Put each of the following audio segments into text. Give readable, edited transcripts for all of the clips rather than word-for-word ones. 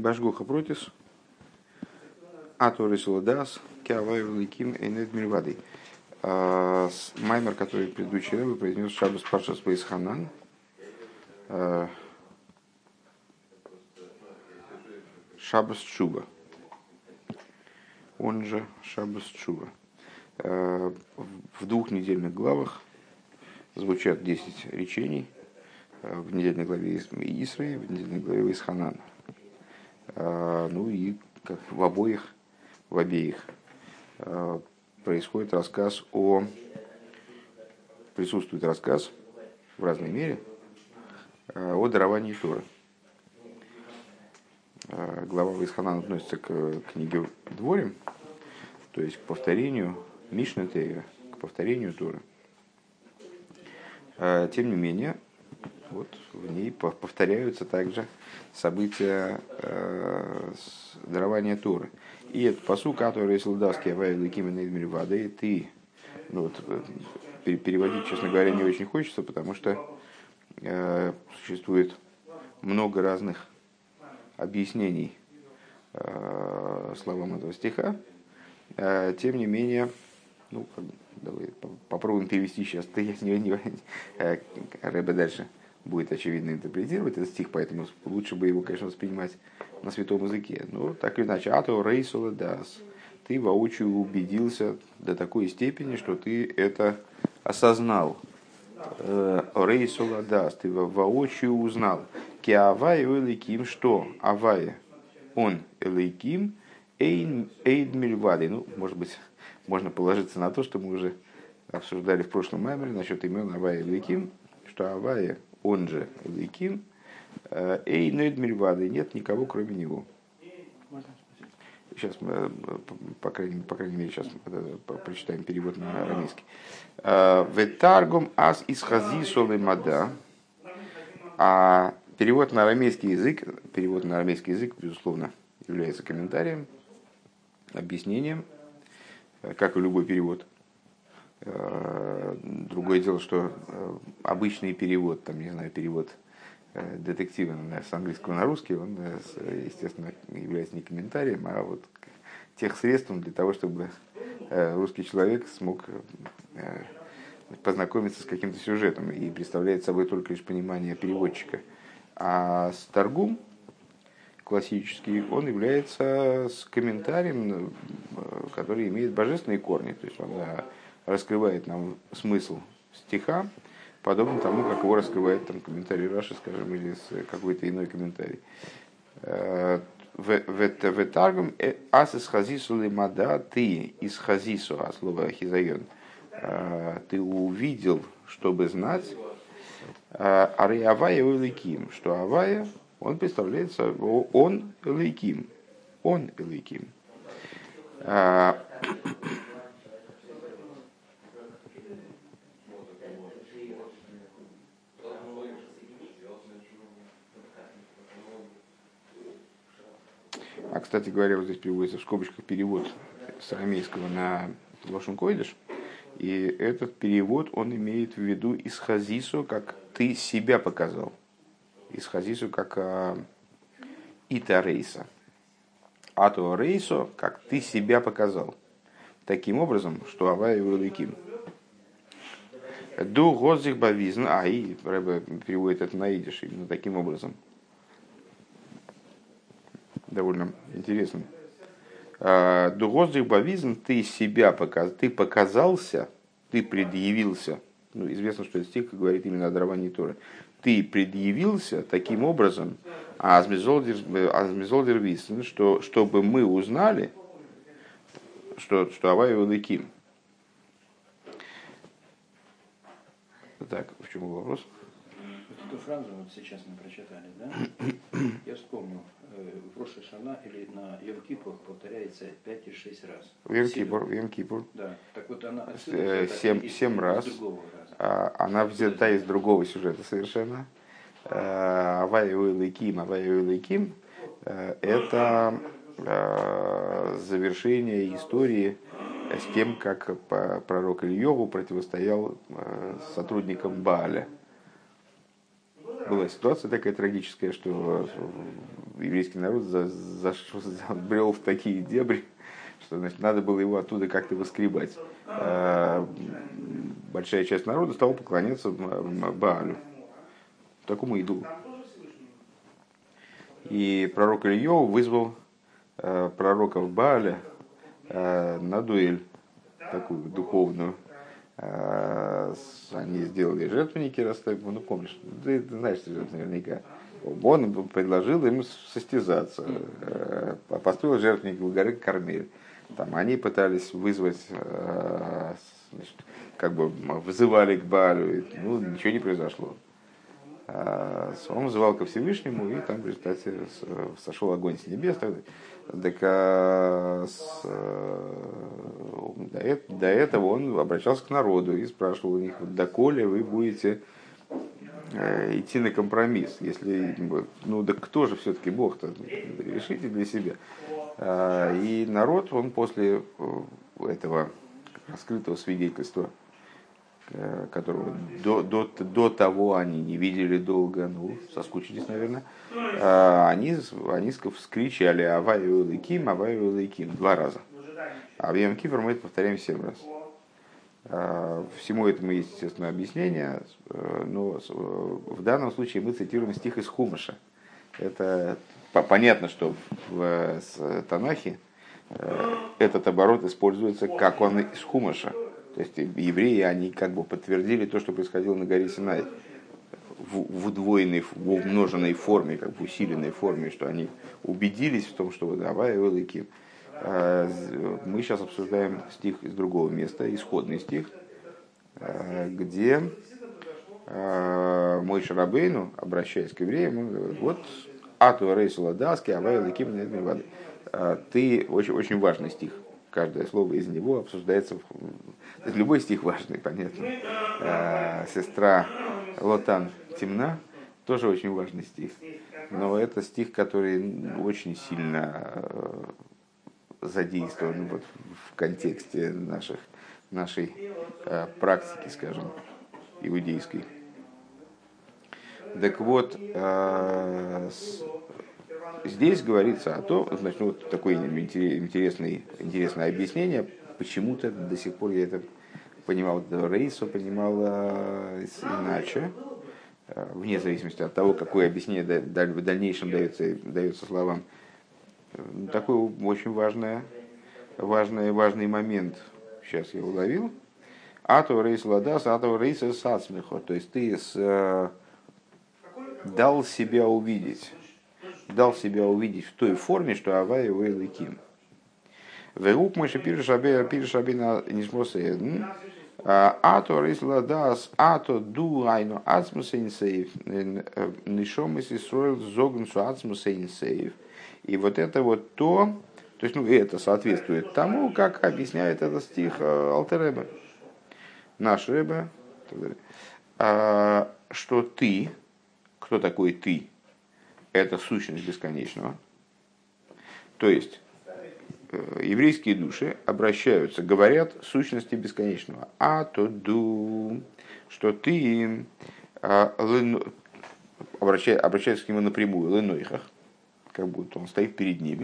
Башгуха протис, Аторис Ладас, Киавайр Ликим Эйнет Мильвады. Маймер, который предыдущий рыбы произнес Шабас Паршас Бейсханан. Шабас Чува. Он же Шабас Чува. В двухнедельных главах звучат 10 речений. В недельной главе Исры, в недельной главе Исханан. Ну и как в обеих происходит рассказ присутствует рассказ в разной мере о даровании Торы. Глава Исханан относится к книге Дворим, то есть к повторению Мишны Тейра, к повторению Торы. Тем не менее, вот в ней повторяются также события дарования Торы. И этот пасук, который Силдаски Авайли Кимена Идмирвада, и ты, ну вот, переводить, честно говоря, не очень хочется, потому что существует много разных объяснений словам этого стиха. Тем не менее, ну, давай попробуем перевести сейчас. Рэбе дальше будет очевидно интерпретировать этот стих, поэтому лучше бы его, конечно, воспринимать на святом языке. Но так или иначе, ато рейсула дас. Ты воочию убедился до такой степени, что ты это осознал. Рейсула дас. Ты воочию узнал. Ки авая элейким, что авая, он элейким, эйд мильвады. Ну, может быть, можно положиться на то, что мы уже обсуждали в прошлом маймере насчет имен авая элейким, что авая, он же элейким, эйд мильвады, нет никого кроме него. Сейчас мы, по крайней мере, сейчас прочитаем перевод на арамейский. Ветаргум ас исхази солы мада. А перевод на арамейский язык, безусловно, является комментарием, объяснением, как и любой перевод. Другое дело, что обычный перевод, там, не знаю, перевод детектива с английского на русский, он, естественно, является не комментарием, а вот техсредством для того, чтобы русский человек смог познакомиться с каким-то сюжетом и представляет собой только лишь понимание переводчика. А Таргум классический, он является с комментарием, который имеет божественные корни, то есть он раскрывает нам смысл стиха, подобно тому, как его раскрывает там комментарий Раши, скажем, или какой-то иной комментарий. В Таргум ас из хазису лимада, ты из хазису, а слово хизайон, ты увидел, чтобы знать, ари авая элейким, что авая, он представляет собой, он элейким, он элейким. А, кстати говоря, вот здесь приводится в скобочках перевод с арамейского на лошон койдыш. И этот перевод, он имеет в виду исхазису, как ты себя показал. Исхазису, как ита рейса. Ато рейсо, как ты себя показал. Таким образом, что авая великим. Ду гозих бавизн. И Рэбе переводит это на идиш именно таким образом. Довольно интересно. Дугоздых бавизм, ты себя показал, ты показался, ты предъявился. Ну, известно, что этот стих говорит именно о даровании Торы. Ты предъявился таким образом, азмизолдер висен, что чтобы мы узнали, что авай великим. Так, в чем вопрос? Эту фразу вот сейчас мы прочитали, да? Я вспомнил, в Рош ха-Шана или на Йом-Кипур повторяется 5 или 6 раз. В Йом-Кипур. Да. Так вот она отсюда 7 раз. Она взята из другого сюжета совершенно. Авай Лейким это завершение истории с тем, как пророк Ильёву противостоял сотрудникам Бааля. была ситуация такая трагическая, что еврейский народ забрел в такие дебри, что, значит, надо было его оттуда как-то выскребать. Большая часть народа стала поклоняться Баалю, такому идолу. И пророк Ильёв вызвал пророков Бааля на дуэль, такую духовную. Они сделали жертвенники, расставили, ну помнишь, ты знаешь наверняка. Он предложил им состязаться, построил жертвенник у горы Кармель. Там они пытались вызвать, значит, как бы вызывали к Баалю, ну ничего не произошло. Он вызывал ко Всевышнему, и там в результате сошел огонь с небес. Так до этого он обращался к народу и спрашивал у них: доколе вы будете идти на компромисс, если, ну да кто же все-таки Бог-то, решите для себя. И народ, он после этого раскрытого свидетельства, которого до того они не видели долго, ну, соскучились, наверное, они вскричали «Аваю Элоким, Аваю Элоким» 2 раза. А в Йом Кипур мы это повторяем 7 раз. Всему этому есть, естественно, объяснение, но в данном случае мы цитируем стих из Хумаша. Это понятно, что в Танахе этот оборот используется как он из Хумаша. То есть евреи, они как бы подтвердили то, что происходило на горе Синай в удвоенной, в умноженной форме, как в усиленной форме, что они убедились в том, что вот Авай Элоким. Мы сейчас обсуждаем стих из другого места, исходный стих, где Моше Рабейну, обращаясь к евреям, он говорит: вот Ату Рейсула Даски, Авай Элоким нет воды. Ты очень, очень важный стих. Каждое слово из него обсуждается. Любой стих важный, понятно. Сестра Лотан темна, тоже очень важный стих. Но это стих, который очень сильно задействован вот в контексте нашей практики, скажем, иудейской. Так вот, здесь говорится о том, значит, вот такое интересное объяснение. Почему-то до сих пор я это понимал, Рейсо понимала иначе, вне зависимости от того, какое объяснение в дальнейшем дается словам. Такой очень важный момент сейчас я уловил. Ато рейс ладас, ато рейс сацмихо. То есть ты дал себя увидеть в той форме, что Авай Элоким. Веук мой пиршабина нишмосеедн. Ато рейс ладас, ато ду айно ацмусейнсейв. Нишомис Исроил зогнсу ацмусейнсейв. И вот это вот то есть, ну, это соответствует тому, как объясняет этот стих Алтер Ребе, наш Ребе, что ты, кто такой ты, это сущность бесконечного. То есть, еврейские души обращаются, говорят сущности бесконечного. А то ду, что ты, обращаются к нему напрямую, ленойхах, как будто он стоит перед ними.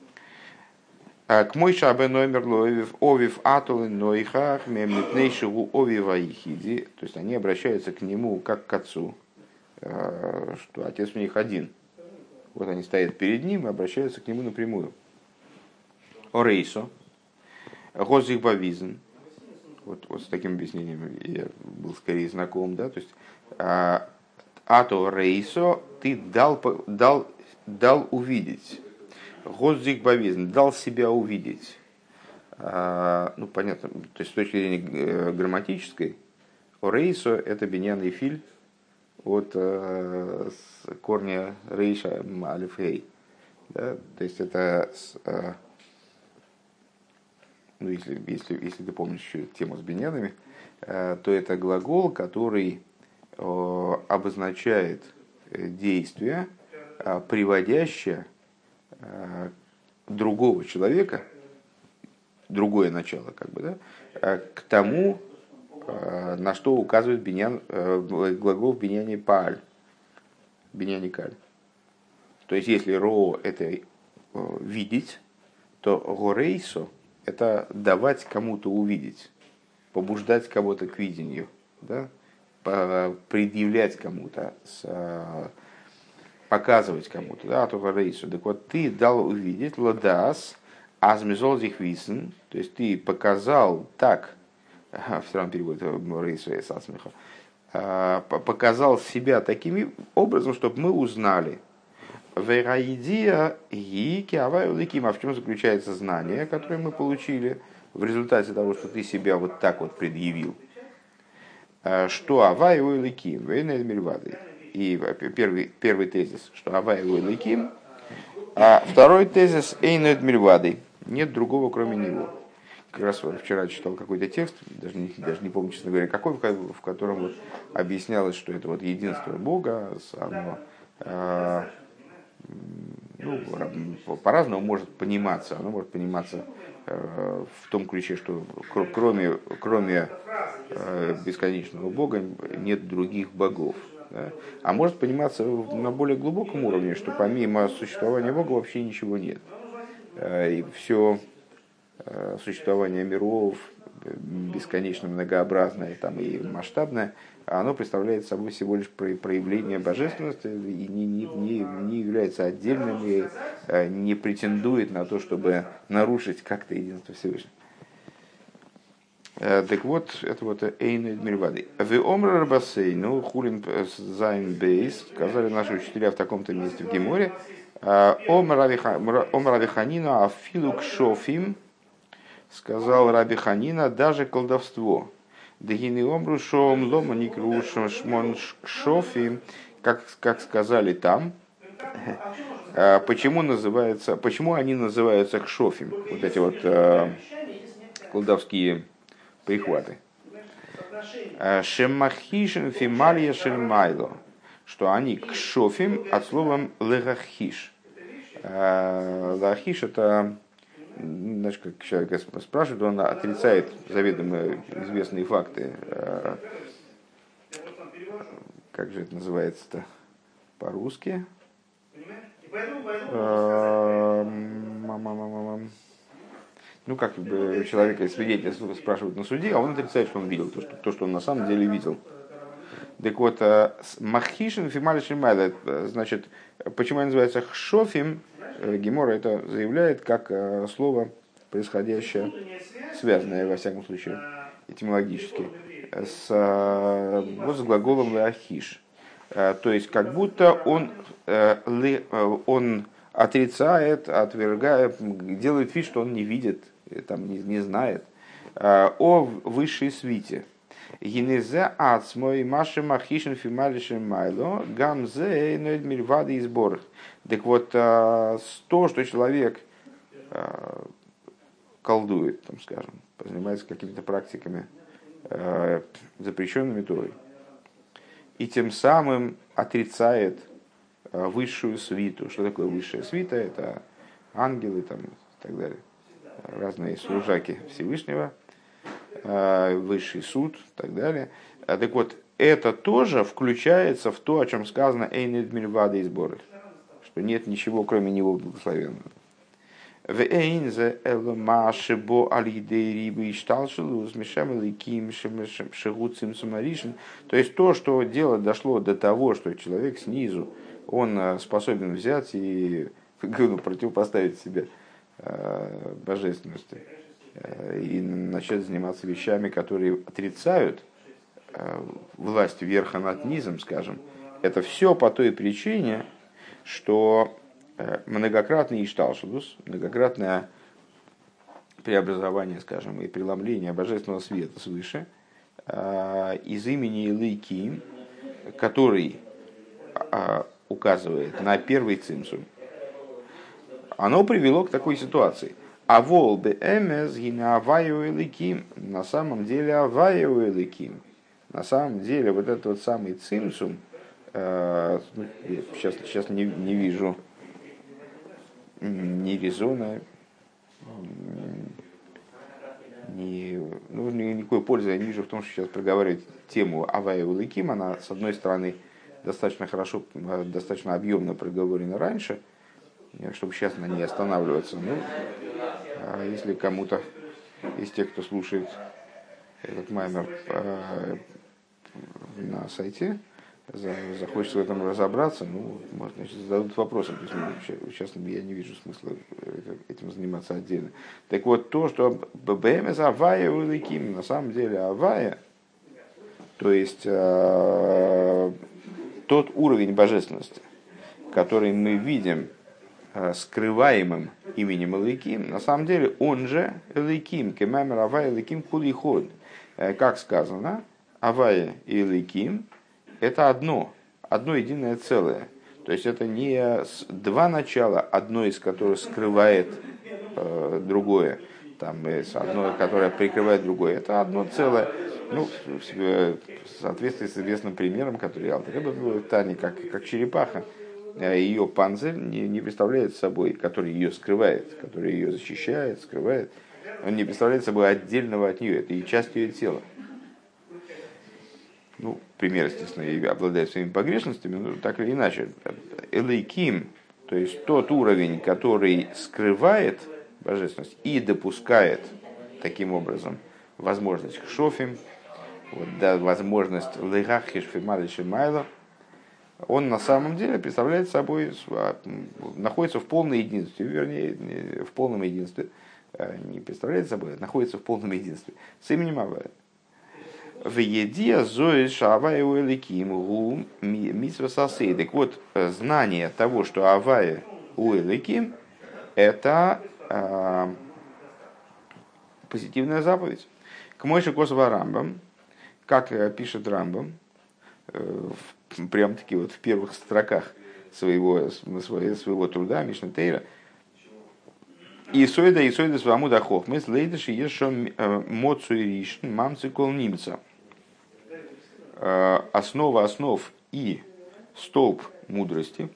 К мой шабе номер ловив овив атолы нойхах мемнитнейшигу овива ихиди. То есть они обращаются к нему как к отцу, что отец у них один. Вот они стоят перед ним и обращаются к нему напрямую. Орейсо, гозих бавизен. Вот с таким объяснением я был скорее знаком, да. То есть ато рейсо, ты дал увидеть. Гозик бавизн, дал себя увидеть. Ну, понятно, то есть с точки зрения грамматической, орейсо – это биньян и филь от корня рейша алиф рей. Да? То есть это, ну, если ты помнишь еще тему с биньянами, то это глагол, который обозначает действие, приводящее другого человека, другое начало, как бы, да, к тому, на что указывает глагол в биньяне пааль. биньяникаль. То есть, если ро – это видеть, то горейсо – это давать кому-то увидеть, побуждать кого-то к видению, да? Предъявлять кому-то, показывать кому-то. Да? То горейсо. Так вот, ты дал увидеть, ладас, азмизол зих висен, то есть ты показал так, в странном переводе рейсо и сасмиха, показал себя таким образом, чтобы мы узнали. Вераидия гики аваю ликим. А в чем заключается знание, которое мы получили в результате того, что ты себя вот так вот предъявил? Что аваю ликим, вейнед мирвады. И первый тезис, что аваю ликим, а второй тезис эйнед мирвады. Нет другого, кроме него. Как раз вчера читал какой-то текст, даже не помню, честно говоря, какой, в котором вот объяснялось, что это вот единство Бога, оно по-разному может пониматься. Оно может пониматься в том ключе, что кроме бесконечного Бога нет других богов. Да? А может пониматься на более глубоком уровне, что помимо существования Бога вообще ничего нет. И все существование миров, бесконечно многообразное там, и масштабное, оно представляет собой всего лишь проявление божественности и не является отдельным и не претендует на то, чтобы нарушить как-то единство Всевышнего. Так вот, это вот Эйн Мирвады. В Омра Рабасейну, Хулин Зайн Бейс, сказали наши учителя в таком-то месте в Геморе, Омра Виханина Афилу Кшофим, сказал Раби Ханина, даже колдовство. Дагины омру шоум лома никру шмон кшофи, как сказали там, почему они называются кшофим, вот эти вот колдовские прихваты. Шемахишин фималия шельмайло, что они кшофим от слова легахиш. Легахиш это, знаешь, как человек спрашивает, он отрицает заведомо известные факты. Как же это называется-то по-русски? Ну, как бы человека свидетель спрашивают на суде, а он отрицает, что он видел, то, что он на самом деле видел. Так вот, махишин фимали шимайда, значит, почему они называются хшофим, Гемора это заявляет как слово, происходящее, связанное, во всяком случае, этимологически, с глаголом леахиш. То есть, как будто он отрицает, отвергает, делает вид, что он не видит, там, не знает о высшей свите. Генезе ацмой маши махишин фималишин майло гамзе ноэд мирвады и сборах. Так вот, то, что человек колдует, там, скажем, занимается какими-то практиками, запрещенными Торой, и тем самым отрицает высшую свиту. Что такое высшая свита? Это ангелы там, и так далее, разные служаки Всевышнего, высший суд и так далее. Так вот, это тоже включается в то, о чем сказано «Эйнед мильвады и сборы», что нет ничего, кроме него благословенного. То есть то, что дело дошло до того, что человек снизу, он способен взять и противопоставить себе божественности и начать заниматься вещами, которые отрицают власть верха над низом, скажем. Это все по той причине, что многократный ишталшелус, многократное преобразование, скажем, и преломление божественного света свыше из имени Элейким, который указывает на первый цимсум, оно привело к такой ситуации. А волбе эмес гина аваю Элейким, на самом деле аваю Элейким, на самом деле вот этот вот самый цимсум, сейчас не вижу ни резона, никакой пользы я не вижу в том, что сейчас проговаривать тему Авая Улыким. Она, с одной стороны, достаточно хорошо, достаточно объемно проговорена раньше, чтобы сейчас на ней останавливаться. Ну, а если кому-то из тех, кто слушает этот маймер на сайте, захочется в этом разобраться, ну, значит, зададут вопросы. То есть, сейчас я не вижу смысла этим заниматься отдельно. Так вот, то, что БМС Авая Уликим, на самом деле Авая, то есть тот уровень божественности, который мы видим скрываемым именем Эликим, на самом деле он же Эликим, Кемамер Авая Эликим Кулиход. Как сказано, Авая и Эликим — это одно единое целое. То есть это не два начала, одно из которых скрывает другое, там, одно, которое прикрывает другое. Это одно целое. Ну, в соответствии с известным примером, который Алтер Ребе был в Тане, как черепаха, ее панцирь не представляет собой, который ее скрывает, который ее защищает, скрывает, он не представляет собой отдельного от нее, это и часть ее тела. Ну, пример, естественно, и обладает своими погрешностями, но так или иначе. Элейким, то есть тот уровень, который скрывает божественность и допускает таким образом возможность к шофим, вот, да, возможность лейхахиш фималиши майла, он на самом деле представляет собой, находится в полном единстве, вернее, в полном единстве, не представляет собой, а находится в полном единстве с именем Авая. В еде зои шавая у эликим гу митсва сасей. Так вот, знание того, что Авая у эликим, это позитивная заповедь. К Мойше Косова Рамбам, как пишет Рамбам, прям-таки вот в первых строках своего труда Мишна Тейра, Исойда свамуда хохмес лейдыши ешом моцу и ришн мамцикол нимца. Основа основ и столб мудрости,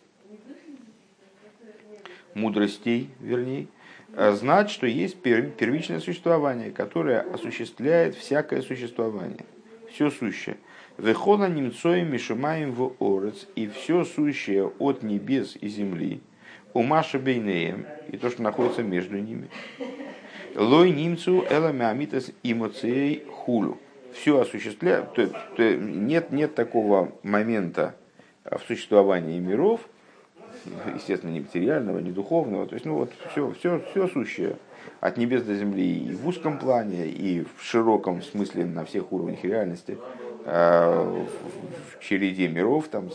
мудростей, вернее, знать, что есть первичное существование, которое осуществляет всякое существование, все сущее. Вехона немцоем мишумаем в орец, и все сущее от небес и земли, умаша бейнеем, и то, что находится между ними. Лой немцу эламиамитас имоцией хулю. Все осуществляет, нет такого момента в существовании миров, естественно, не материального, не духовного, то есть, ну вот, все сущее, от небес до земли, и в узком плане, и в широком смысле, на всех уровнях реальности, в череде миров, там,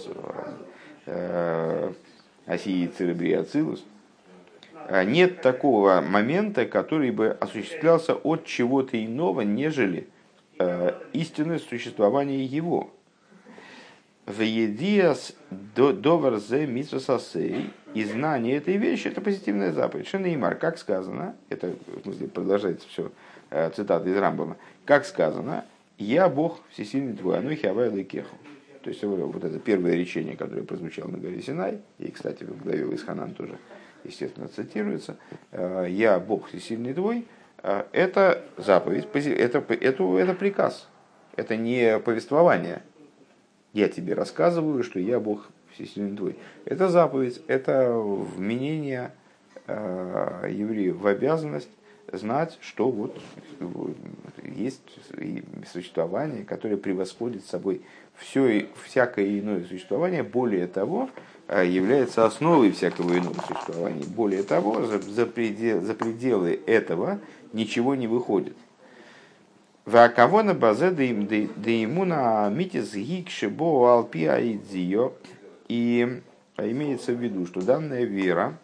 Осии, Церебри, Ацилус, нет такого момента, который бы осуществлялся от чего-то иного, нежели истинное существование его. В едиас доварзе митсвасасей, и знание этой вещи — это позитивная заповедь. Шенеймар, как сказано, это в смысле продолжается все цитата из Рамбама, как сказано, я Бог всесильный твой, анухи авай лейкеху. То есть вот это первое речение, которое прозвучало на горе Синай, и, кстати, в главе Ваисханан тоже, естественно, цитируется, я Бог всесильный твой, это заповедь, это приказ, это не повествование. Я тебе рассказываю, что я Бог всесильный твой. Это заповедь, это вменение евреев в обязанность знать, что вот есть существование, которое превосходит собой всякое иное существование, более того, является основой всякого иного существования. Более того, за пределы этого ничего не выходит. Вакавона базе деимуна митис гикшибо алпи аидзио. И имеется в виду, что данная вера,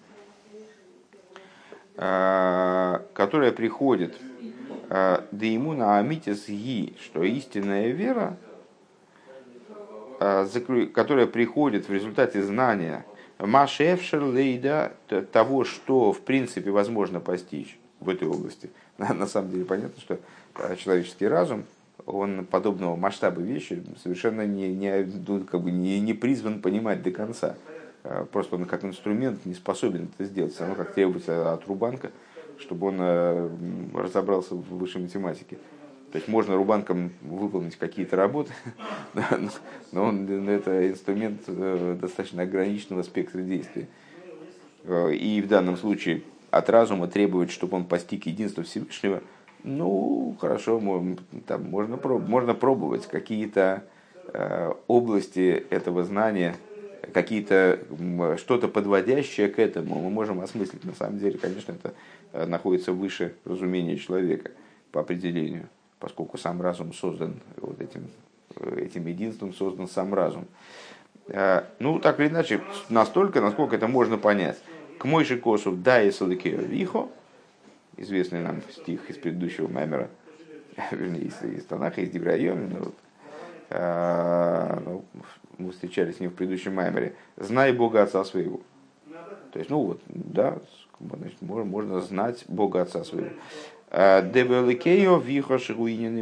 которая приходит деимуна амитис ги, что истинная вера, которая приходит в результате знания машевшер лейда, того, что в принципе возможно постичь в этой области. На самом деле понятно, что человеческий разум, он подобного масштаба вещи совершенно не призван понимать до конца. Просто он как инструмент не способен это сделать. Все равно как требуется от Рубанка, чтобы он разобрался в высшей математике. То есть можно рубанком выполнить какие-то работы, но это инструмент достаточно ограниченного спектра действия. И в данном случае от разума требовать, чтобы он постиг единство Всевышнего, ну, хорошо, можно пробовать какие-то области этого знания, какие-то что-то подводящее к этому мы можем осмыслить. На самом деле, конечно, это находится выше разумения человека по определению, поскольку сам разум создан вот этим единством, создан сам разум. Ну, так или иначе, настолько, насколько это можно понять. К Мойше Косов да и Салыкео Вихо, известный нам стих из предыдущего маймера, вернее, из Танаха, из Деврайоми, мы встречались с ним в предыдущем маймере. Знай Бога Отца своего. То есть, ну вот, да, значит, можно знать Бога Отца своего. Дебеликео Вихо Шигуинин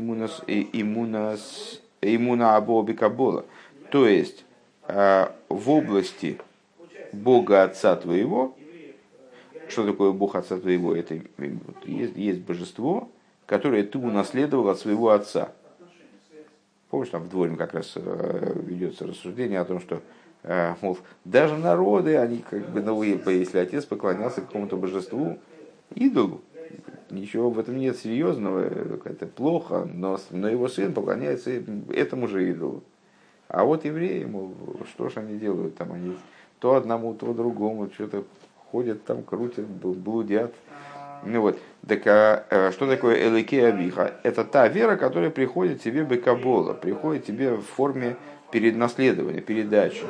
имуна Абоби Кабола. То есть, в области Бога Отца твоего, что такое Бог Отца твоего? Это есть божество, которое ты унаследовал от своего отца. Помнишь, там в Дворим как раз ведется рассуждение о том, что мол, даже народы, они как бы, ну, если отец поклонялся какому-то божеству, идолу, ничего в этом нет серьезного, это плохо, но его сын поклоняется этому же идолу. А вот евреи, мол, что ж они делают? Там они то одному, то другому, что-то ходят там, крутят, блудят. Ну вот, так что такое Эликей Авиха? Это та вера, которая приходит тебе бекабола, приходит тебе в форме наследования, передачи,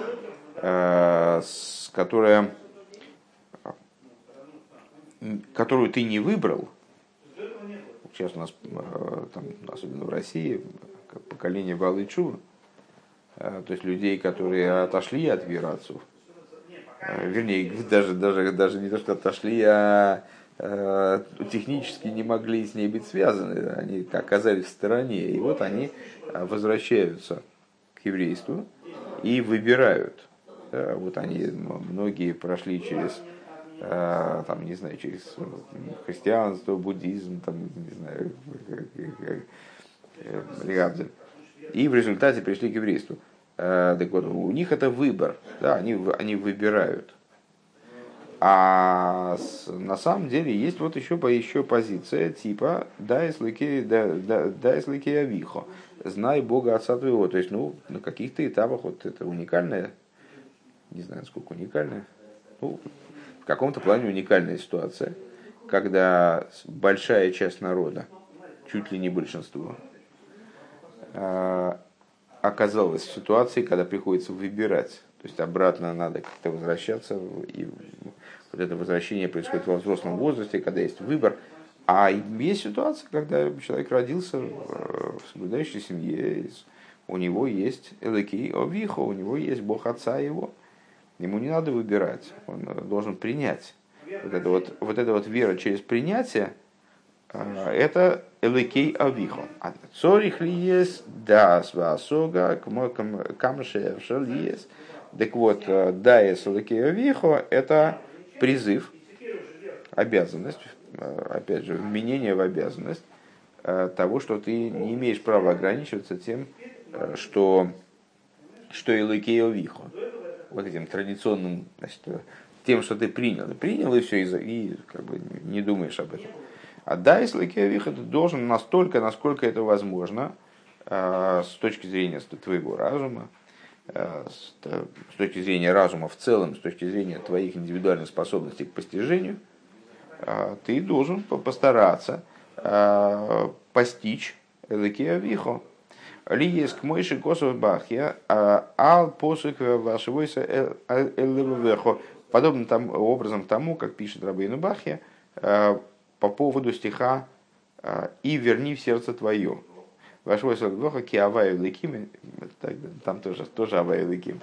которую ты не выбрал. Сейчас у нас, там, особенно в России, поколение Баалы Тшува, то есть людей, которые отошли от веры отцов. Вернее, даже не то, что отошли, а технически не могли с ней быть связаны. Они оказались в стороне. И вот они возвращаются к еврейству и выбирают. Вот они, многие прошли через, там, не знаю, через христианство, буддизм, там, не знаю, Ригабзель. И в результате пришли к еврейству. Так вот, у них это выбор, да, они выбирают. А на самом деле есть вот еще позиция типа «дай слыки авихо», «знай Бога Отца твоего». То есть, ну, на каких-то этапах вот это уникальная, не знаю, насколько уникальная, ну, в каком-то плане уникальная ситуация, когда большая часть народа, чуть ли не большинство, оказалась в ситуации, когда приходится выбирать. То есть обратно надо как-то возвращаться. И вот это возвращение происходит во взрослом возрасте, когда есть выбор. А есть ситуация, когда человек родился в соблюдающей семье, у него есть Элокей Овихо, у него есть Бог Отца его. Ему не надо выбирать, он должен принять. Вот эта вот вера через принятие, это Элокей Авихо. Цорих ли есть, да, свасога, камшевшел есть. Так вот, даес Элокей Авихо – это призыв, обязанность, опять же, вменение в обязанность того, что ты не имеешь права ограничиваться тем, что Элокей Авихо. Вот этим традиционным, значит, тем, что ты принял. Принял и все, и как бы не думаешь об этом. А даес Элокей Авихо ты должен настолько, насколько это возможно, с точки зрения твоего разума, с точки зрения разума в целом, с точки зрения твоих индивидуальных способностей к постижению, ты должен постараться постичь Элокей Авихо. Лиес к Мойше Косов Бахья, ал посук вашевойса элевехо. Подобным образом тому, как пишет Рабейну Бахья по поводу стиха «И верни в сердце твое». Вашевойса элевехо ки аваю леким. Там тоже аваю леким.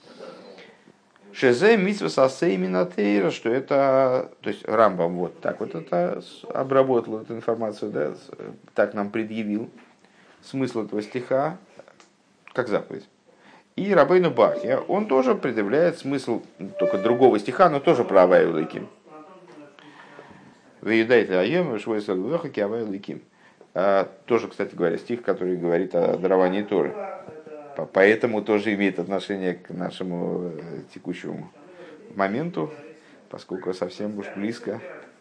Шезе митсва сасей минатейра, что это, то есть Рамбам вот так вот это обработал эту информацию, да, так нам предъявил смысл этого стиха как заповедь. И Рабейну Бахья, он тоже предъявляет смысл только другого стиха, но тоже про аваю леким. Выедает аем, швойса луха ки аваю леким. Тоже, кстати говоря, стих, который говорит о даровании Торы. Поэтому тоже имеет отношение к нашему текущему моменту, поскольку совсем уж близко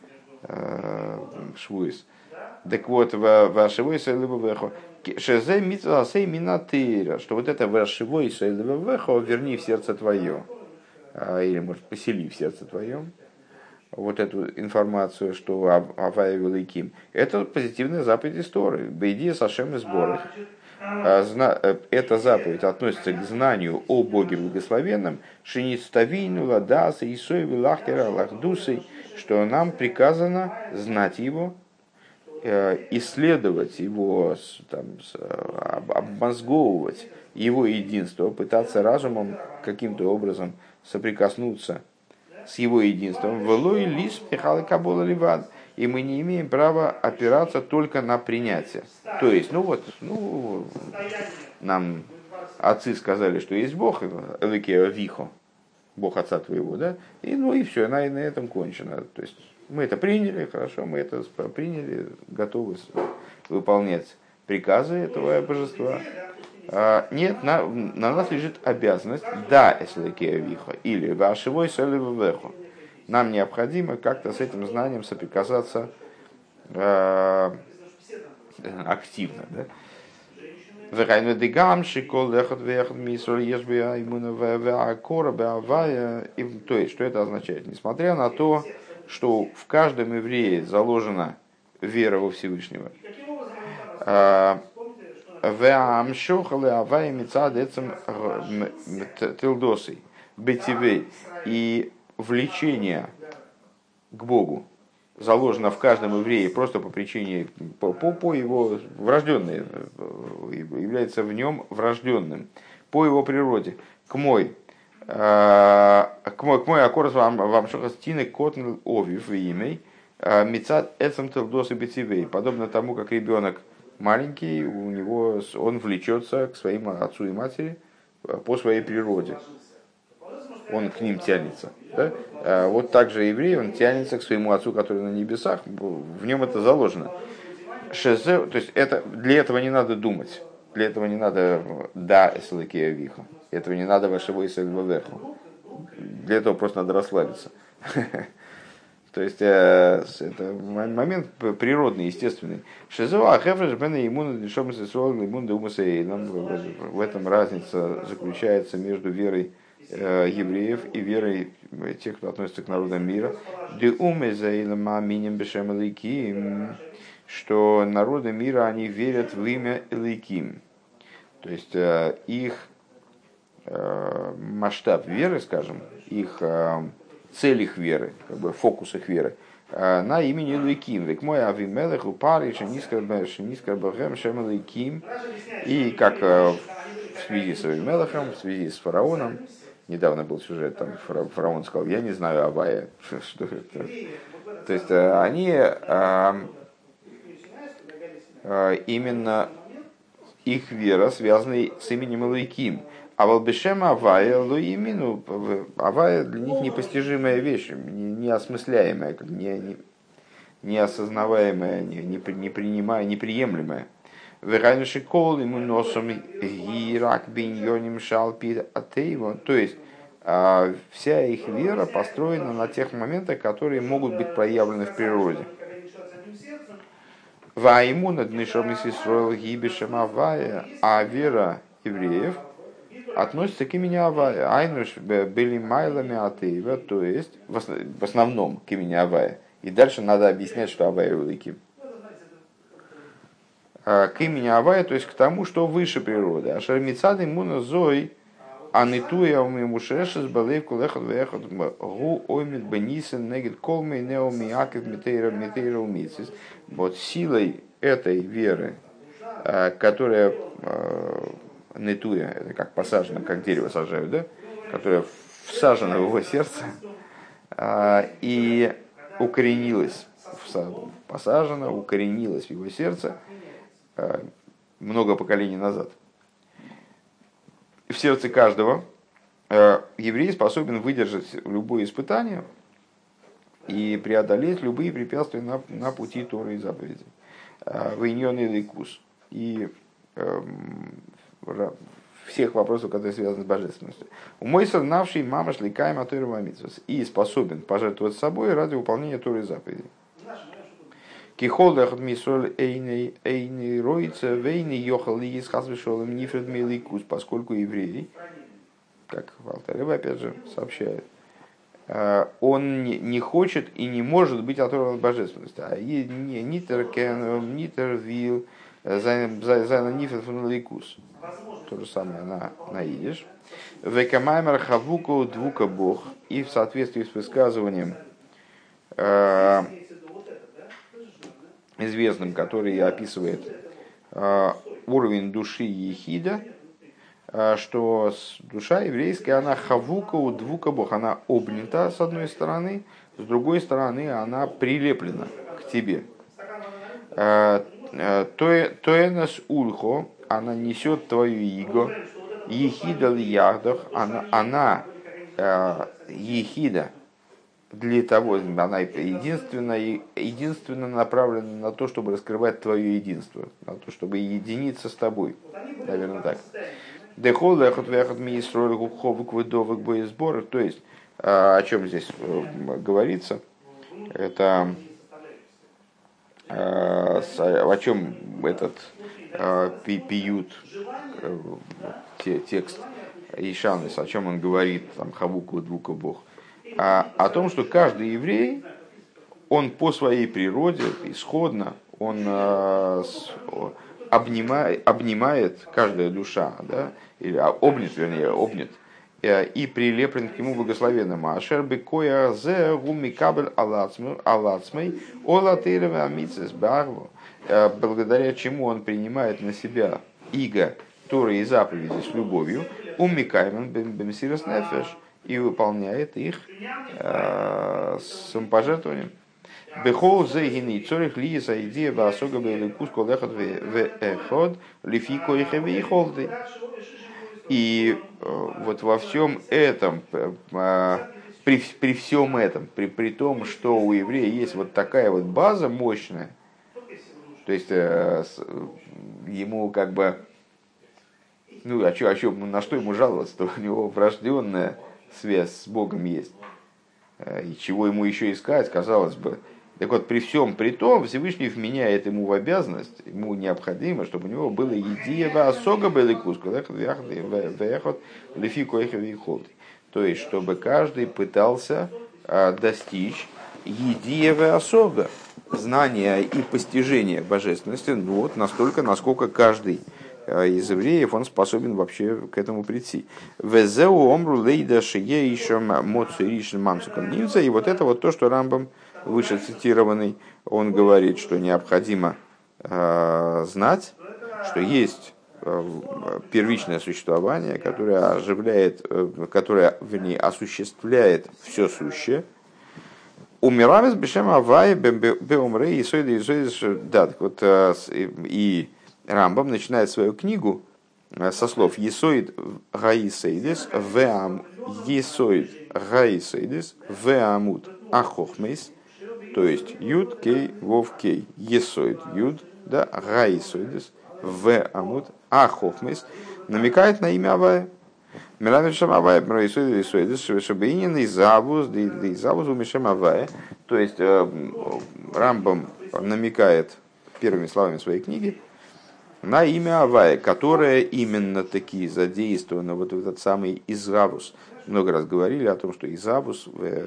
Швуис. Так вот, вашевой сайлевехо, шезе митва сей минатыра, что вот это вашевой сайлевехо, верни в сердце твое, или, может, посели в сердце твоем, вот эту информацию, что Авая Великим, это позитивная заповедь истории. Бейди Сашем и сборах. Эта заповедь относится к знанию о Боге Благословенном, Шиниставину, Ладаса, Исой, Вилахтера, Лахдусой, что нам приказано знать Его, исследовать Его, там, обмозговывать Его единство, пытаться разумом каким-то образом соприкоснуться с Его единством. Велой лис Михала Кабола Ливад. И мы не имеем права опираться только на принятие. То есть, нам отцы сказали, что есть Бог, Эликео Вихо, Бог отца твоего, да, и все, на этом кончено. То есть, мы это приняли, хорошо, мы это приняли, готовы выполнять приказы этого божества. Нет, на нас лежит обязанность, да, Эликео Вихо, или Вашевой Солевехо. Нам необходимо как-то с этим знанием соприкасаться активно. Да? То есть, что это означает? Несмотря на то, что в каждом еврее заложена вера во Всевышнего, и влечение к Богу заложено в каждом еврее просто по причине, по его врожденной, является в нем врожденным, по его природе. К мой аккорд вам шохастины котн овив имей мецад эцем телдосы бетивей. Подобно тому, как ребенок маленький, он влечется к своим отцу и матери по своей природе. Он к ним тянется. Да? Вот так же еврей, он тянется к своему отцу, который на небесах, в нем это заложено. То есть для этого не надо думать, для этого не надо да эслакея виха, для этого не надо вашего исельвавеху, для этого просто надо расслабиться. То есть это момент природный, естественный. В этом разница заключается между верой евреев и верой тех, кто относится к народам мира, что народы мира, они верят в имя Эликим. То есть их масштаб веры, скажем, их цель их веры, как бы фокус их веры, на имени Эликим. Век мой Авимелех упари шенискарбахем шем Эликим. И как в связи с Авимелехом, в связи с фараоном, недавно был сюжет, там фараон сказал, я не знаю Авая. Что это? То есть они именно их вера связана с именем Элоким. А волбешем Авая луимину, Авая для них непостижимая вещь, неосмысляемая, неосознаваемая, неприемлемая. Верайнуши кол ему носом гирак биньоним шалпид атеево. То есть вся их вера построена на тех моментах, которые могут быть проявлены в природе. Вайму над нишомис Исроэл гибешем Авая, а вера евреев относится к имени Авая. Айнуш были майлами атеева, то есть в основном к имени Авая. И дальше надо объяснять, что Авая великий. К имени Авая, то есть к тому, что выше природы. А шармицады муна зой анитуя умимушешес балейв кулехат вехат гу оймит бенисен негет колмей неоми акев митейра умицис. Вот силой этой веры, которая нитуя, это как посажена, как дерево сажают, да? Которая всажена в его сердце и укоренилась, посажена, укоренилась в его сердце много поколений назад. В сердце каждого еврей способен выдержать любое испытание и преодолеть любые препятствия на пути Торы и заповедей. вейньон и ликус. И всех вопросов, которые связаны с божественностью. Умойсер навший мамаш ликаем атойр мамитсвос. И способен пожертвовать собой ради выполнения Торы заповедей. Кихолдах мисоль эйни роица вейни йохал ли из хазвешолым нифред миликус, поскольку еврей, как Алтарева опять же сообщает, он не хочет и не может быть оторван от божественности. А нитер кен, нитер вил, зайна нифред миликус. То же самое на идиш. Векамаймер хавуку двука бог. И в соответствии с высказыванием известным, который описывает уровень души ехида, что душа еврейская, она хавука у двука бог, она обнята с одной стороны, с другой стороны она прилеплена к тебе. Тоэнас ульхо, она несет твою иго, ехида ли яхдах, она ехида, для того, она единственно направлена на то, чтобы раскрывать твое единство, на то, чтобы единиться с тобой. Наверное, так. То есть, о чем здесь говорится, это о чем этот пьют текст Ишанес, о чем он говорит, там, Хавуку, Двука Бог. О том, что каждый еврей, он по своей природе, исходно, он обнимает, каждая душа, да, или обнят, и прилеплен к нему благословенному. Ашер бекоя зе гуми кабель алацмей олатырова мицес барву, благодаря чему он принимает на себя иго Торы и заповеди с любовью, умикаймен бемсирос нефеш, и выполняет их с самопожертвованием. Бехол зейгини цорих ли за идея васога беликус колехот в эход лифико и хевихолды. И вот во всем этом, при всем этом, при том, что у еврея есть вот такая вот база мощная, то есть ему как бы, ну на что ему жаловаться-то, у него врожденная связь с Богом есть. И чего ему еще искать, казалось бы. Так вот, при всем при том, Всевышний вменяет ему в обязанность, ему необходимо, чтобы у него было едиева осога беликус, то есть, чтобы каждый пытался достичь едиева осога, знания и постижения божественности, ну, вот настолько, насколько каждый из евреев, он способен вообще к этому прийти. И вот это вот то, что Рамбам, выше цитированный, он говорит, что необходимо знать, что есть первичное существование, которое оживляет, которое, вернее, осуществляет все сущее. Умирамес бешем авай беумрей и сойда и сойда. Да, так вот, и Рамбам начинает свою книгу со слов «Есоид гаисейдес веам есоид гаисейдес веамут ахохмейс», то есть Юд Кей Вов Кей Есоид Юд, да, гаисейдес веамут ахохмейс, намекает на имя Авая. Мирамешем Авая мраисоид есоидес шебеинин изавус изавус умешем Авая. То есть Рамбам намекает первыми словами своей книги на имя Авая, которое именно таки задействовано вот в этот самый Изавус. Много раз говорили о том, что Изавус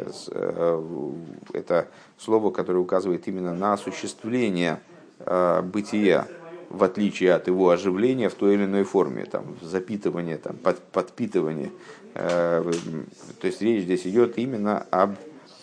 – это слово, которое указывает именно на осуществление бытия, в отличие от его оживления в той или иной форме, там, запитывание, там, подпитывание. То есть речь здесь идет именно об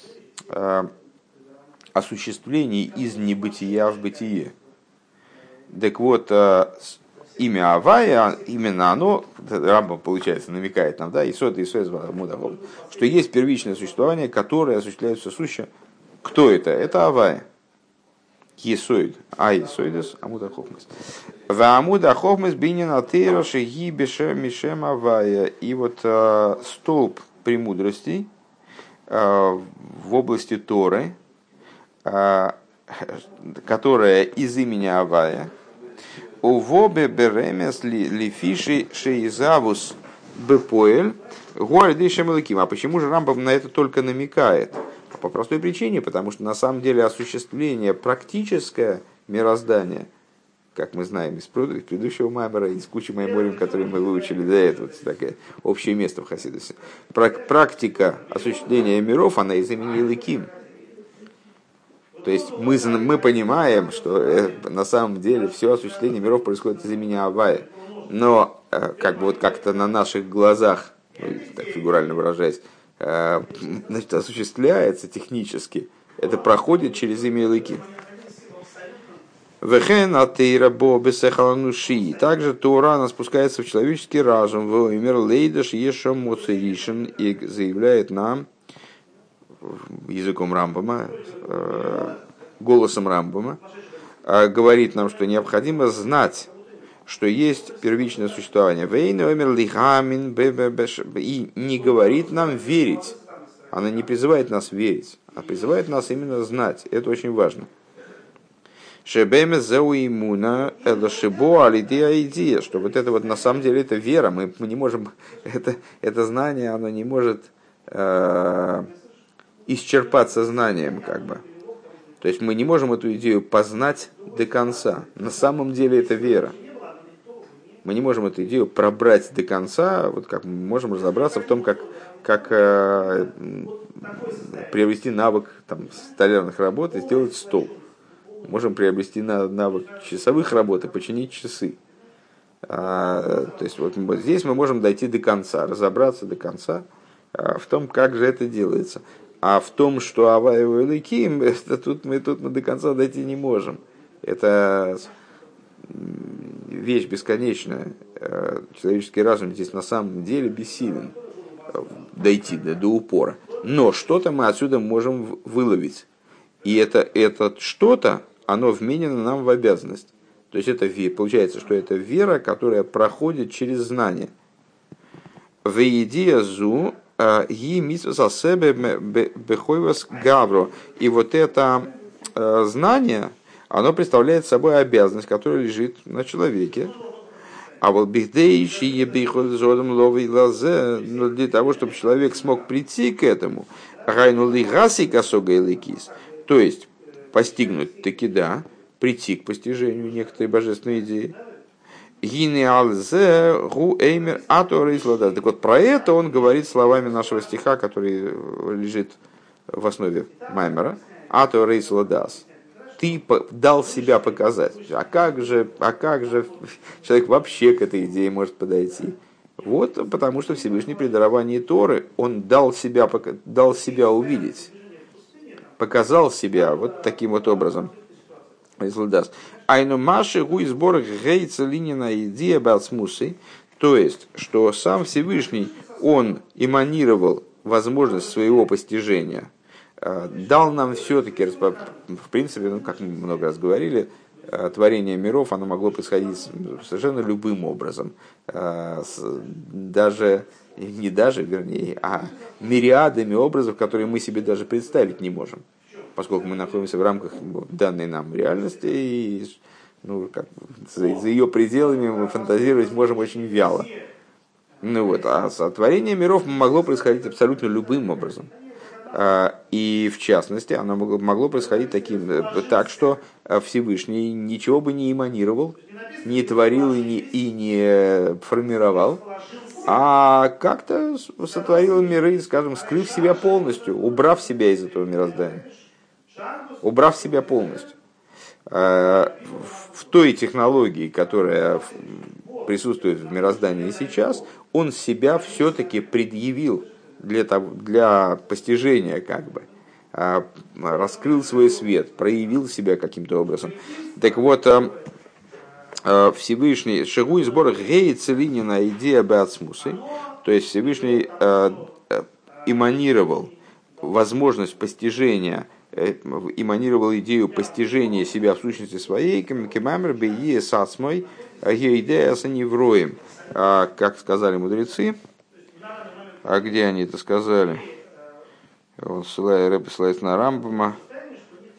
осуществлении из небытия в бытие. Так вот, имя Авая, именно оно, Рамбам, получается, намекает нам, да, что есть первичное существование, которое осуществляет все сущее. Кто это? Это Авая. Есоид. Есоидес Амуда Хохмес. Амуда Хохмес бинин атеира шеги бешем мишем Авая. И вот столб премудростей в области Торы, которая из имени Авая, увобе беремес лифиши шеизавус бепоэль гуальды шамилаким. А почему же Рамбам на это только намекает? По простой причине, потому что на самом деле осуществление практическое мироздания, как мы знаем из предыдущего маймера, из кучи майморим, которые мы выучили до этого, это такое общее место в Хасидусе. Практика осуществления миров, она из имени Элоким. То есть мы понимаем, что на самом деле все осуществление миров происходит из имени Авая. Но как бы вот как-то на наших глазах, так фигурально выражаясь, значит, осуществляется технически. Это проходит через имя Элоким. Также Тора она спускается в человеческий разум, и заявляет нам языком Рамбама, голосом Рамбама, говорит нам, что необходимо знать, что есть первичное существование. И не говорит нам верить. Она не призывает нас верить, а призывает нас именно знать. Это очень важно. Что вот это вот на самом деле это вера. Мы не можем, это знание, оно не может исчерпаться знанием, как бы. То есть мы не можем эту идею познать до конца. На самом деле это вера. Мы не можем эту идею пробрать до конца, вот как мы можем разобраться в том, как приобрести навык там, столярных работ и сделать стол. Можем приобрести навык часовых работ и починить часы. То есть вот здесь мы можем дойти до конца, разобраться до конца в том, как же это делается. А в том, что Авая и Элоким, тут мы до конца дойти не можем. Это вещь бесконечная. Человеческий разум здесь на самом деле бессилен дойти до упора. Но что-то мы отсюда можем выловить. И это что-то, оно вменено нам в обязанность. То есть это получается, что это вера, которая проходит через знание. Веидиазу ги митсва себе бехойвас гавро. И вот это знание, оно представляет собой обязанность, которая лежит на человеке. А вот бихдейши ебихол зодом ловый лазе, но для того, чтобы человек смог прийти к этому, райнули гаси косога эликис, то есть постигнуть таки да, прийти к постижению некоторой божественной идеи. Так вот, про это он говорит словами нашего стиха, который лежит в основе Маймера. Ато рейс ладас. Ты дал себя показать. А как же человек вообще к этой идее может подойти? Вот потому что Всевышний при даровании Торы, он дал себя увидеть. Показал себя вот таким вот образом. Айну маши гуй сбор гейца линина идея бацмусы, то есть, что сам Всевышний, он эманировал возможность своего постижения, дал нам все-таки, в принципе, как мы много раз говорили, творение миров, оно могло происходить совершенно любым образом, а мириадами образов, которые мы себе даже представить не можем. Поскольку мы находимся в рамках данной нам реальности, и за ее пределами мы фантазировать можем очень вяло. А сотворение миров могло происходить абсолютно любым образом. И в частности, оно могло происходить так, что Всевышний ничего бы не эманировал, не творил и не формировал, а как-то сотворил миры, скажем, скрыв себя полностью, убрав себя из этого мироздания. Убрав себя полностью. В той технологии, которая присутствует в мироздании сейчас, он себя все-таки предъявил для постижения, раскрыл свой свет, проявил себя каким-то образом. Так вот, Всевышний шагу и сбор гей целинина идея беацмусы, то есть Всевышний эманировал возможность постижения, эманировал идею постижения себя в сущности своей, кемамер бее сацмой геидея саневроем, как сказали мудрецы. А где они это сказали? Рэб ссылается на Рамбама.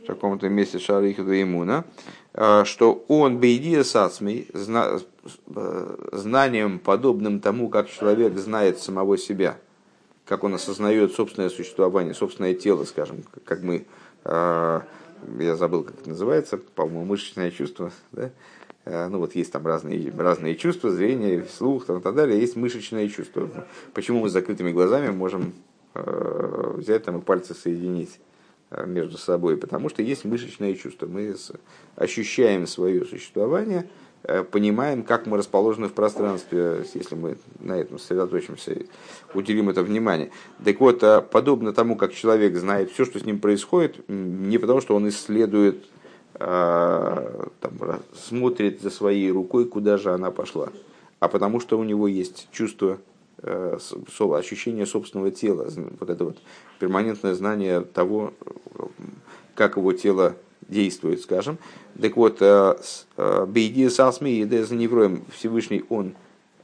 в таком-то месте Шарихуда Имуна, что он бейдия сацмей, знанием, подобным тому, как человек знает самого себя, как он осознает собственное существование, собственное тело, скажем, как мы, я забыл, как это называется, по-моему, мышечное чувство, да? Ну вот есть там разные чувства, зрение, слух и так далее, есть мышечное чувство. Почему мы с закрытыми глазами можем взять там и пальцы соединить между собой? Потому что есть мышечное чувство. Мы ощущаем свое существование, понимаем, как мы расположены в пространстве, если мы на этом сосредоточимся, уделим это внимание. Так вот, подобно тому, как человек знает все, что с ним происходит, не потому, что он исследует, там, смотрит за своей рукой, куда же она пошла, а потому что у него есть чувство, ощущение собственного тела, вот это вот перманентное знание того, как его тело действует, скажем. Так вот, Бейди Сасми и Деза Невроем, Всевышний он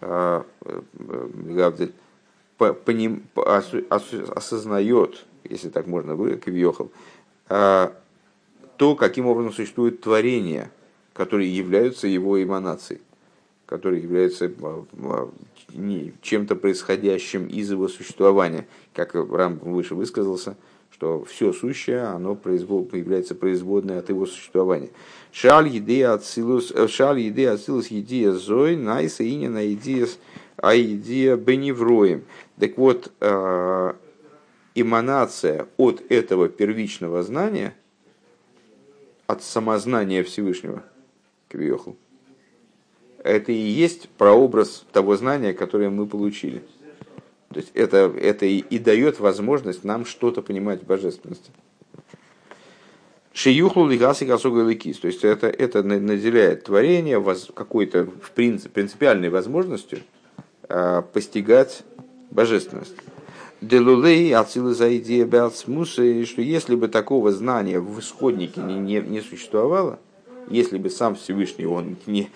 осознает, если так можно говорить, Кавиохал, то, каким образом существует творение, которые являются его эманацией, которые являются чем-то происходящим из его существования. Как Рамбам выше высказался, что все сущее, оно является производной от его существования. Шаль едея ацилус едея зой найса инина идея беневроем. Так вот, эманация от этого первичного знания, от самознания Всевышнего, Кавиохал, это и есть прообраз того знания, которое мы получили. То есть это и дает возможность нам что-то понимать в божественности. Шиюхлу лигаси касуга ликис. То есть это наделяет творение какой-то принципиальной возможностью постигать божественность. Делулей отсылы за идея беацмуса, что если бы такого знания в исходнике не существовало, если бы сам Всевышний он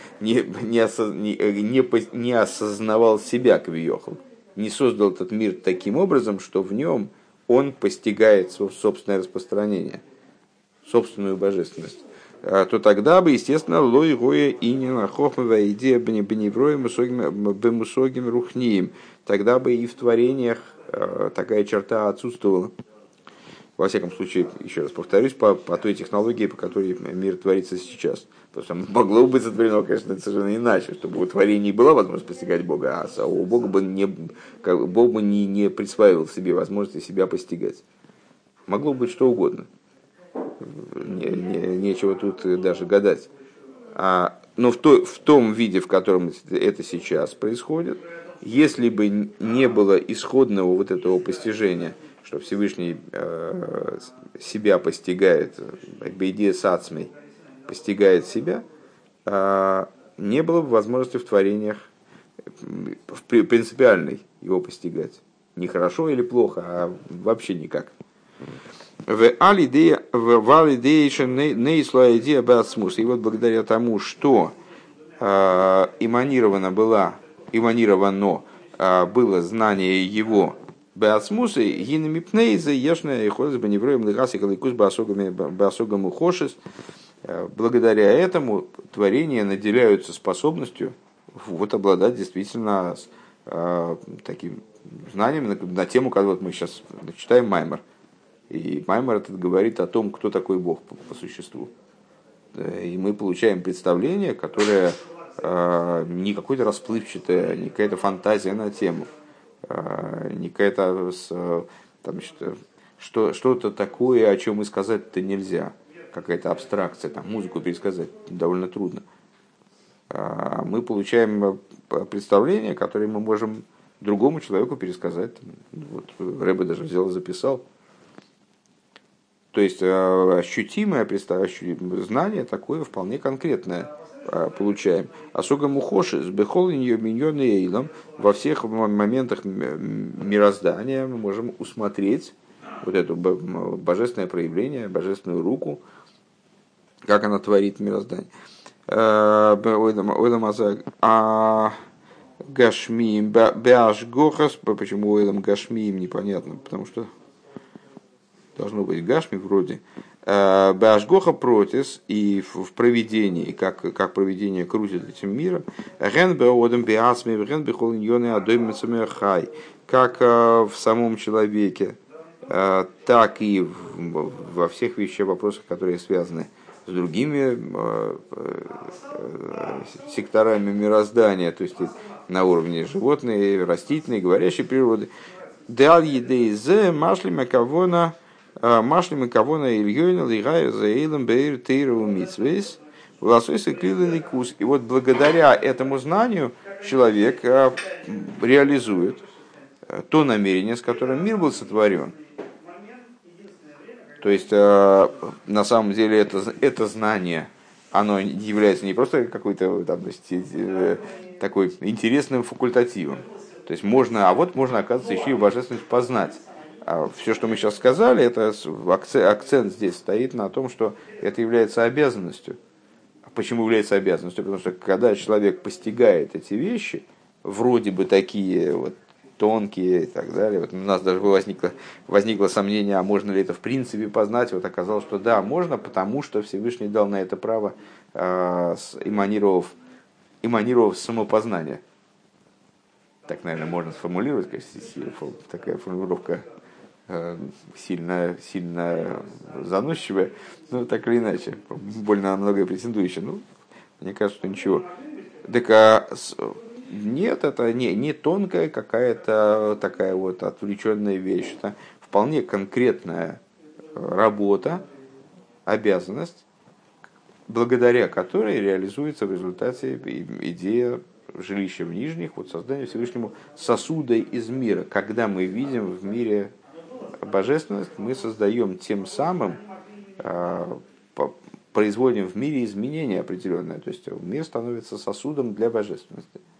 не осознавал себя Кавиохал, не создал этот мир таким образом, что в нем он постигает собственное распространение, собственную божественность, то тогда бы, естественно, лой гоя и не нахохмова идея беневроем бемусогим рухнием, тогда бы и в творениях такая черта отсутствовала. Во всяком случае, еще раз повторюсь, по той технологии, по которой мир творится сейчас. Потому что могло быть сотворено, конечно, совершенно иначе, чтобы у творений была возможность постигать Бога, а у Бога бы Бог бы не присваивал себе возможности себя постигать. Могло быть что угодно. Нечего тут даже гадать. Но в том виде, в котором это сейчас происходит, если бы не было исходного вот этого постижения, что Всевышний себя постигает, бейдия сацмей, постигает себя, не было бы возможности в творениях принципиальной его постигать. Не хорошо или плохо, а вообще никак. И вот благодаря тому, что эманировано было знание его беацмусы, гинами пнейзы, ешная и ходят бы невроем лыгасы каликус басогам ухошис. Благодаря этому творения наделяются способностью вот обладать действительно таким знанием на тему, когда вот мы сейчас читаем Маймер. И Маймер этот говорит о том, кто такой Бог по существу. И мы получаем представление, которое не какое-то расплывчатое, не какая-то фантазия на тему, не какая-то что-то такое, о чем и сказать-то нельзя. Какая-то абстракция, там, музыку пересказать довольно трудно. Мы получаем представление, которое мы можем другому человеку пересказать. Вот Рэбе даже взял и записал. То есть ощутимое знание такое вполне конкретное получаем. Асуга мухоши с бехолинью миньоны эйлом, во всех моментах мироздания мы можем усмотреть вот это божественное проявление, божественную руку, как она творит мироздание. Гашмиим бяш гохас, почему ойлам гашмиим непонятно, потому что должно быть гашми вроде. Башгоха протис и в проведении, как проведение крутит этим миром, как в самом человеке, так и во всех вещах, вопросах, которые связаны с другими секторами мироздания, то есть на уровне животной, растительной, говорящей природы. Дал едейзе машлима кавона Ильёйна Лигая Заилом Бейр Тейру Митсвейс Власойса Клилаликус. И вот благодаря этому знанию человек реализует то намерение, с которым мир был сотворен. То есть, на самом деле, это знание, оно является не просто какой-то там, такой интересным факультативом. То есть можно, оказывается, еще и божественность познать. А все, что мы сейчас сказали, это акцент здесь стоит на том, что это является обязанностью. Почему является обязанностью? Потому что когда человек постигает эти вещи, вроде бы такие вот тонкие и так далее, вот у нас даже возникло сомнение, а можно ли это в принципе познать. Вот оказалось, что да, можно, потому что Всевышний дал на это право, эманировав самопознание. Так, наверное, можно сформулировать, такая формулировка сильно заносчивая, но так или иначе, больно на многое претендующая. Ну, мне кажется, что ничего. Так нет, это не тонкая какая-то такая вот отвлеченная вещь. Это вполне конкретная работа, обязанность, благодаря которой реализуется в результате идея жилища в нижних, вот создание Всевышнему сосуда из мира. Когда мы видим в мире божественность, мы создаем тем самым, производим в мире изменения определенные. То есть мир становится сосудом для божественности.